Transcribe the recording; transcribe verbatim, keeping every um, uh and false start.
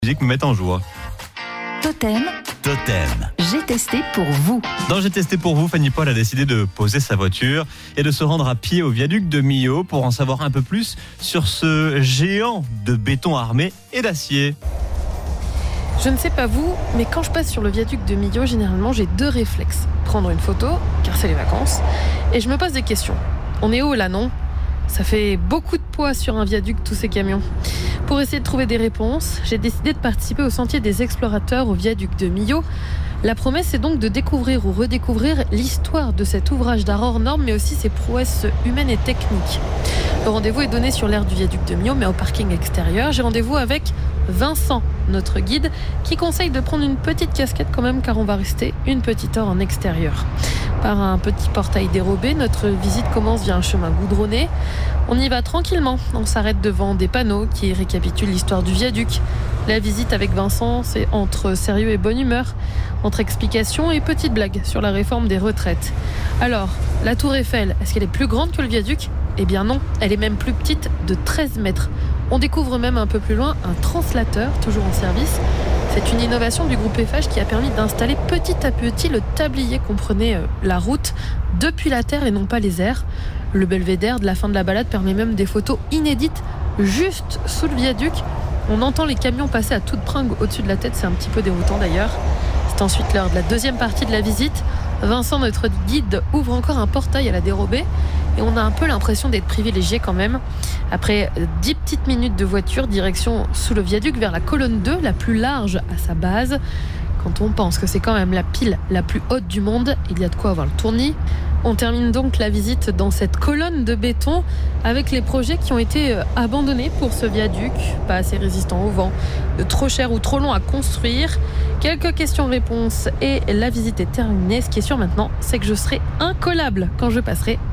musique me met en joie. Totem, Totem. j'ai testé pour vous. Dans J'ai testé pour vous, Fanny Paul a décidé de poser sa voiture et de se rendre à pied au viaduc de Millau pour en savoir un peu plus sur ce géant de béton armé et d'acier. Je ne sais pas vous, mais quand je passe sur le viaduc de Millau, généralement j'ai deux réflexes. Prendre une photo, car c'est les vacances, et je me pose des questions. On est haut là, non ? Ça fait beaucoup de poids sur un viaduc, tous ces camions. Pour essayer de trouver des réponses, j'ai décidé de participer au Sentier des Explorateurs au viaduc de Millau. La promesse est donc de découvrir ou redécouvrir l'histoire de cet ouvrage d'art hors norme, mais aussi ses prouesses humaines et techniques. Le rendez-vous est donné sur l'aire du viaduc de Millau, mais au parking extérieur. J'ai rendez-vous avec Vincent, notre guide, qui conseille de prendre une petite casquette quand même, car on va rester une petite heure en extérieur. Par un petit portail dérobé, notre visite commence via un chemin goudronné. On y va tranquillement, on s'arrête devant des panneaux qui récapitulent l'histoire du viaduc. La visite avec Vincent, c'est entre sérieux et bonne humeur, entre explications et petites blagues sur la réforme des retraites. Alors, la tour Eiffel, est-ce qu'elle est plus grande que le viaduc ? Eh bien non, elle est même plus petite de treize mètres. On découvre même un peu plus loin un translateur, toujours en service. C'est une innovation du groupe Eiffage qui a permis d'installer petit à petit le tablier comprenait la route depuis la terre et non pas les airs. Le belvédère de la fin de la balade permet même des photos inédites juste sous le viaduc. On entend les camions passer à toute bringue au-dessus de la tête, c'est un petit peu déroutant d'ailleurs. C'est ensuite l'heure de la deuxième partie de la visite. Vincent, notre guide, ouvre encore un portail à la dérobée et on a un peu l'impression d'être privilégié quand même. Après dix petites minutes de voiture, direction sous le viaduc vers la colonne deux, la plus large à sa base. Quand on pense que c'est quand même la pile la plus haute du monde, il y a de quoi avoir le tournis. On termine donc la visite dans cette colonne de béton avec les projets qui ont été abandonnés pour ce viaduc, pas assez résistant au vent, trop cher ou trop long à construire. Quelques questions-réponses et la visite est terminée. Ce qui est sûr maintenant, c'est que je serai incollable quand je passerai